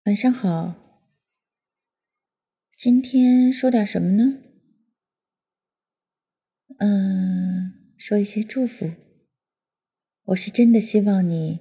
晚上好，今天说点什么呢？说一些祝福。我是真的希望你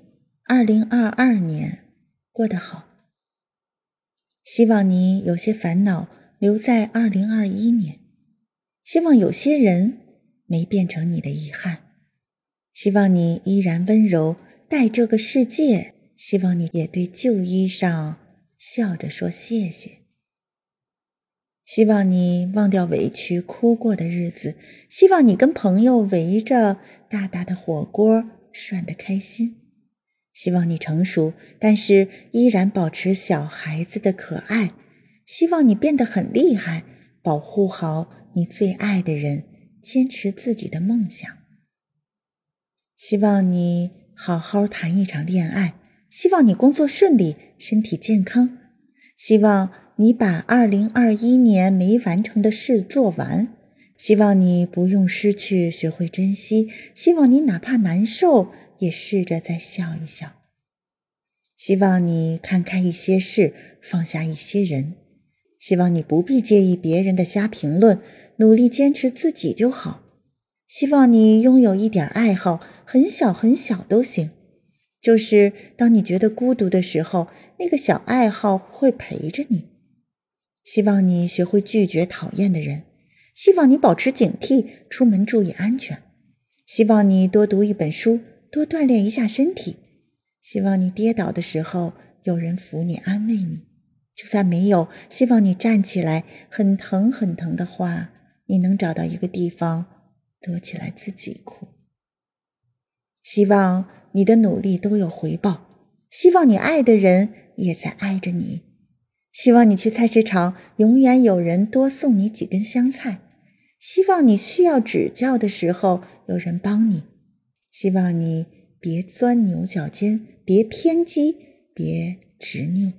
2022年过得好，希望你有些烦恼留在2021年，希望有些人没变成你的遗憾，希望你依然温柔待这个世界，希望你也对旧衣裳笑着说谢谢。希望你忘掉委屈哭过的日子，希望你跟朋友围着大大的火锅涮得开心，希望你成熟，但是依然保持小孩子的可爱，希望你变得很厉害，保护好你最爱的人，坚持自己的梦想。希望你好好谈一场恋爱，希望你工作顺利，身体健康，希望你把2021年没完成的事做完，希望你不用失去学会珍惜，希望你哪怕难受也试着再笑一笑，希望你看开一些事，放下一些人，希望你不必介意别人的瞎评论，努力坚持自己就好，希望你拥有一点爱好，很小很小都行，就是当你觉得孤独的时候，那个小爱好会陪着你。希望你学会拒绝讨厌的人，希望你保持警惕，出门注意安全，希望你多读一本书，多锻炼一下身体，希望你跌倒的时候有人扶你安慰你，就算没有，希望你站起来，很疼很疼的话，你能找到一个地方躲起来自己哭。希望你的努力都有回报，希望你爱的人也在爱着你，希望你去菜市场永远有人多送你几根香菜，希望你需要指教的时候有人帮你，希望你别钻牛角尖，别偏激，别执拗，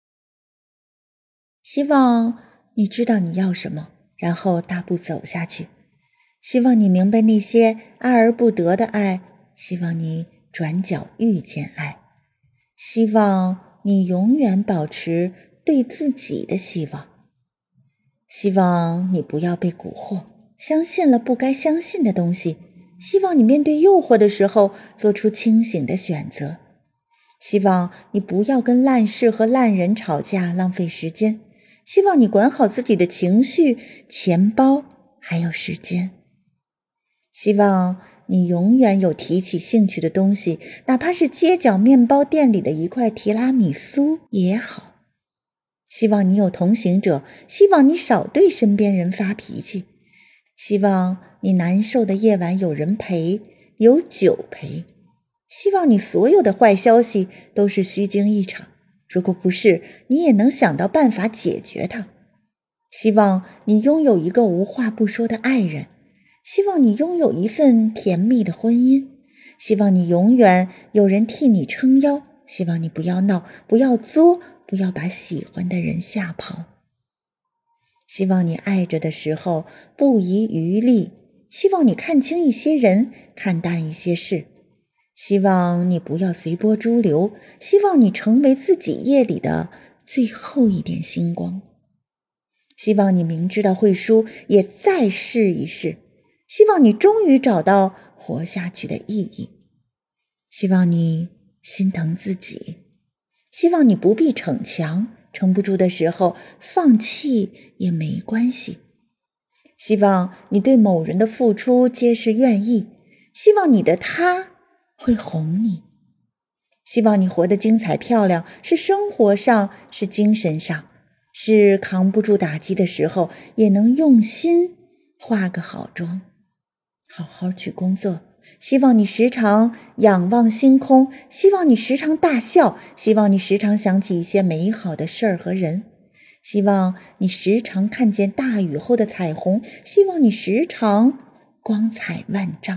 希望你知道你要什么，然后大步走下去，希望你明白那些爱而不得的爱，希望你转角遇见爱，希望你永远保持对自己的希望，希望你不要被蛊惑，相信了不该相信的东西，希望你面对诱惑的时候做出清醒的选择，希望你不要跟烂事和烂人吵架浪费时间，希望你管好自己的情绪、钱包还有时间，希望你永远有提起兴趣的东西，哪怕是街角面包店里的一块提拉米苏也好，希望你有同行者，希望你少对身边人发脾气，希望你难受的夜晚有人陪，有酒陪，希望你所有的坏消息都是虚惊一场，如果不是，你也能想到办法解决它，希望你拥有一个无话不说的爱人，希望你拥有一份甜蜜的婚姻，希望你永远有人替你撑腰，希望你不要闹，不要作，不要把喜欢的人吓跑，希望你爱着的时候不遗余力，希望你看清一些人，看淡一些事，希望你不要随波逐流，希望你成为自己夜里的最后一点星光，希望你明知道会输也再试一试，希望你终于找到活下去的意义，希望你心疼自己，希望你不必逞强，撑不住的时候放弃也没关系，希望你对某人的付出皆是愿意，希望你的他会哄你，希望你活得精彩漂亮，是生活上，是精神上，是扛不住打击的时候也能用心化个好妆，好好去工作，希望你时常仰望星空，希望你时常大笑，希望你时常想起一些美好的事儿和人，希望你时常看见大雨后的彩虹，希望你时常光彩万丈，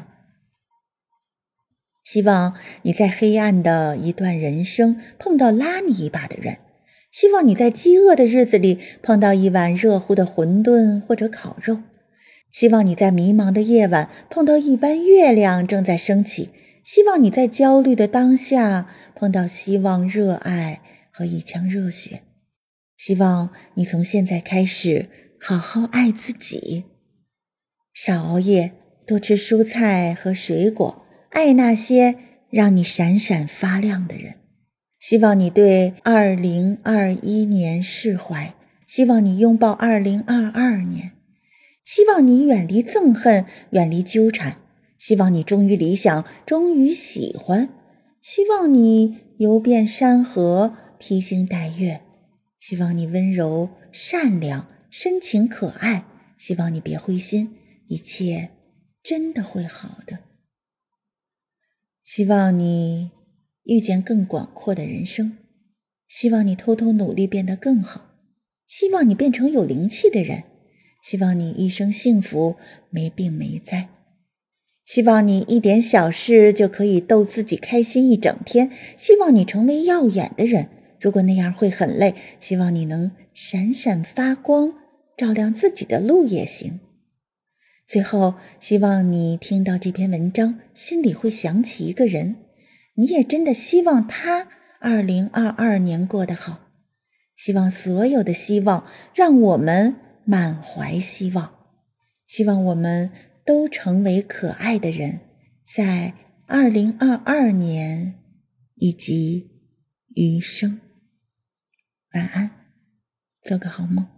希望你在黑暗的一段人生碰到拉你一把的人，希望你在饥饿的日子里碰到一碗热乎的馄饨或者烤肉，希望你在迷茫的夜晚碰到一弯月亮正在升起，希望你在焦虑的当下碰到希望、热爱和一腔热血。希望你从现在开始好好爱自己，少熬夜，多吃蔬菜和水果，爱那些让你闪闪发亮的人。希望你对2021年释怀，希望你拥抱2022年，希望你远离憎恨，远离纠缠，希望你忠于理想，忠于喜欢，希望你游遍山河，披星戴月，希望你温柔善良，深情可爱，希望你别灰心，一切真的会好的。希望你遇见更广阔的人生，希望你偷偷努力变得更好，希望你变成有灵气的人，希望你一生幸福，没病没灾，希望你一点小事就可以逗自己开心一整天，希望你成为耀眼的人，如果那样会很累，希望你能闪闪发光，照亮自己的路也行。最后，希望你听到这篇文章，心里会想起一个人，你也真的希望他2022年过得好。希望所有的希望让我们满怀希望，希望我们都成为可爱的人，在2022年以及余生。晚安，做个好梦。